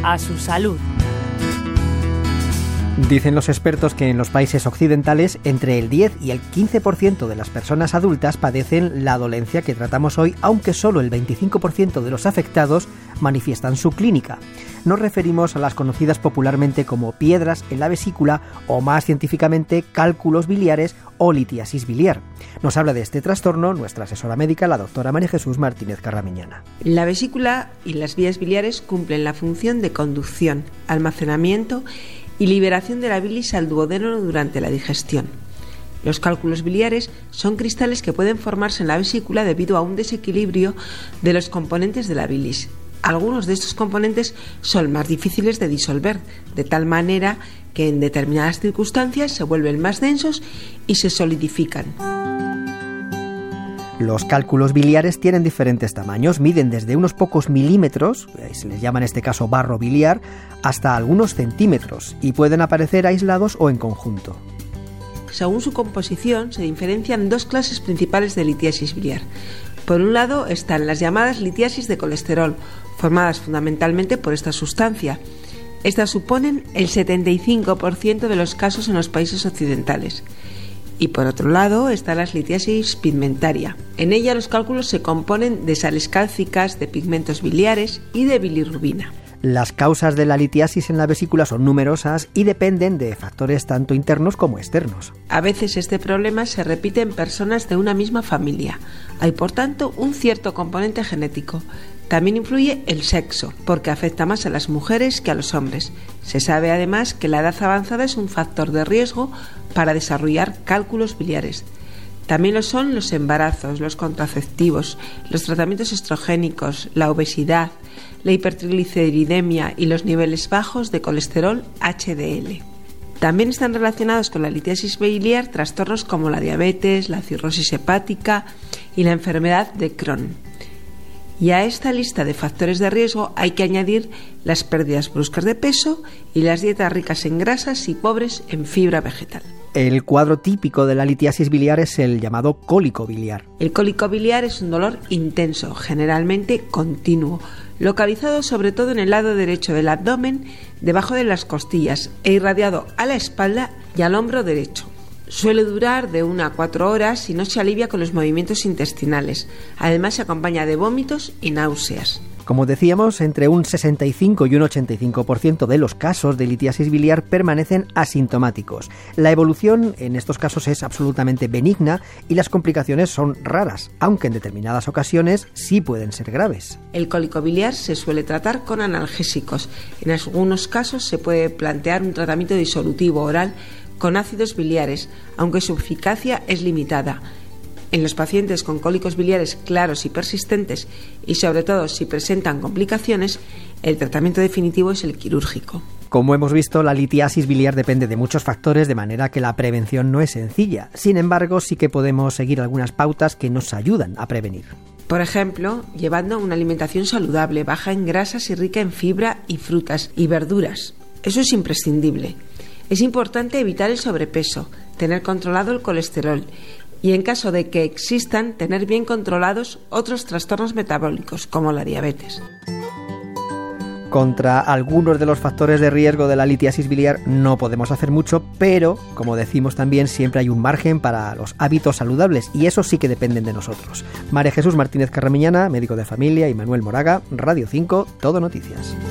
a su salud. Dicen los expertos que en los países occidentales entre el 10 y el 15% de las personas adultas padecen la dolencia que tratamos hoy, aunque solo el 25% de los afectados manifiestan su clínica. Nos referimos a las conocidas popularmente como piedras en la vesícula o más científicamente cálculos biliares o litiasis biliar. Nos habla de este trastorno nuestra asesora médica, la doctora María Jesús Martínez Carramiñana. La vesícula y las vías biliares cumplen la función de conducción, almacenamiento y liberación de la bilis al duodeno durante la digestión. Los cálculos biliares son cristales que pueden formarse en la vesícula debido a un desequilibrio de los componentes de la bilis. Algunos de estos componentes son más difíciles de disolver, de tal manera que en determinadas circunstancias se vuelven más densos y se solidifican. Los cálculos biliares tienen diferentes tamaños, miden desde unos pocos milímetros, se les llama en este caso barro biliar, hasta algunos centímetros y pueden aparecer aislados o en conjunto. Según su composición, se diferencian dos clases principales de litiasis biliar. Por un lado están las llamadas litiasis de colesterol, formadas fundamentalmente por esta sustancia. Estas suponen el 75% de los casos en los países occidentales. Y por otro lado está la litiasis pigmentaria. En ella los cálculos se componen de sales cálcicas, de pigmentos biliares y de bilirrubina. Las causas de la litiasis en la vesícula son numerosas y dependen de factores tanto internos como externos. A veces este problema se repite en personas de una misma familia. Hay por tanto un cierto componente genético. También influye el sexo, porque afecta más a las mujeres que a los hombres. Se sabe además que la edad avanzada es un factor de riesgo para desarrollar cálculos biliares. También lo son los embarazos, los contraceptivos, los tratamientos estrogénicos, la obesidad, la hipertrigliceridemia y los niveles bajos de colesterol HDL. También están relacionados con la litiasis biliar trastornos como la diabetes, la cirrosis hepática y la enfermedad de Crohn. Y a esta lista de factores de riesgo hay que añadir las pérdidas bruscas de peso y las dietas ricas en grasas y pobres en fibra vegetal. El cuadro típico de la litiasis biliar es el llamado cólico biliar. El cólico biliar es un dolor intenso, generalmente continuo, localizado sobre todo en el lado derecho del abdomen, debajo de las costillas e irradiado a la espalda y al hombro derecho. Suele durar de 1 a 4 horas y no se alivia con los movimientos intestinales. Además se acompaña de vómitos y náuseas. Como decíamos, entre un 65 y un 85% de los casos de litiasis biliar permanecen asintomáticos. La evolución en estos casos es absolutamente benigna y las complicaciones son raras, aunque en determinadas ocasiones sí pueden ser graves. El cólico biliar se suele tratar con analgésicos. En algunos casos se puede plantear un tratamiento disolutivo oral con ácidos biliares, aunque su eficacia es limitada. En los pacientes con cólicos biliares claros y persistentes, y sobre todo si presentan complicaciones, el tratamiento definitivo es el quirúrgico. Como hemos visto, la litiasis biliar depende de muchos factores, de manera que la prevención no es sencilla. Sin embargo, sí que podemos seguir algunas pautas que nos ayudan a prevenir. Por ejemplo, llevando una alimentación saludable, baja en grasas y rica en fibra y frutas y verduras. Eso es imprescindible. Es importante evitar el sobrepeso, tener controlado el colesterol y, en caso de que existan, tener bien controlados otros trastornos metabólicos, como la diabetes. Contra algunos de los factores de riesgo de la litiasis biliar no podemos hacer mucho, pero, como decimos también, siempre hay un margen para los hábitos saludables y esos sí que dependen de nosotros. María Jesús Martínez Carramiñana, médico de familia, y Manuel Moraga, Radio 5, Todo Noticias.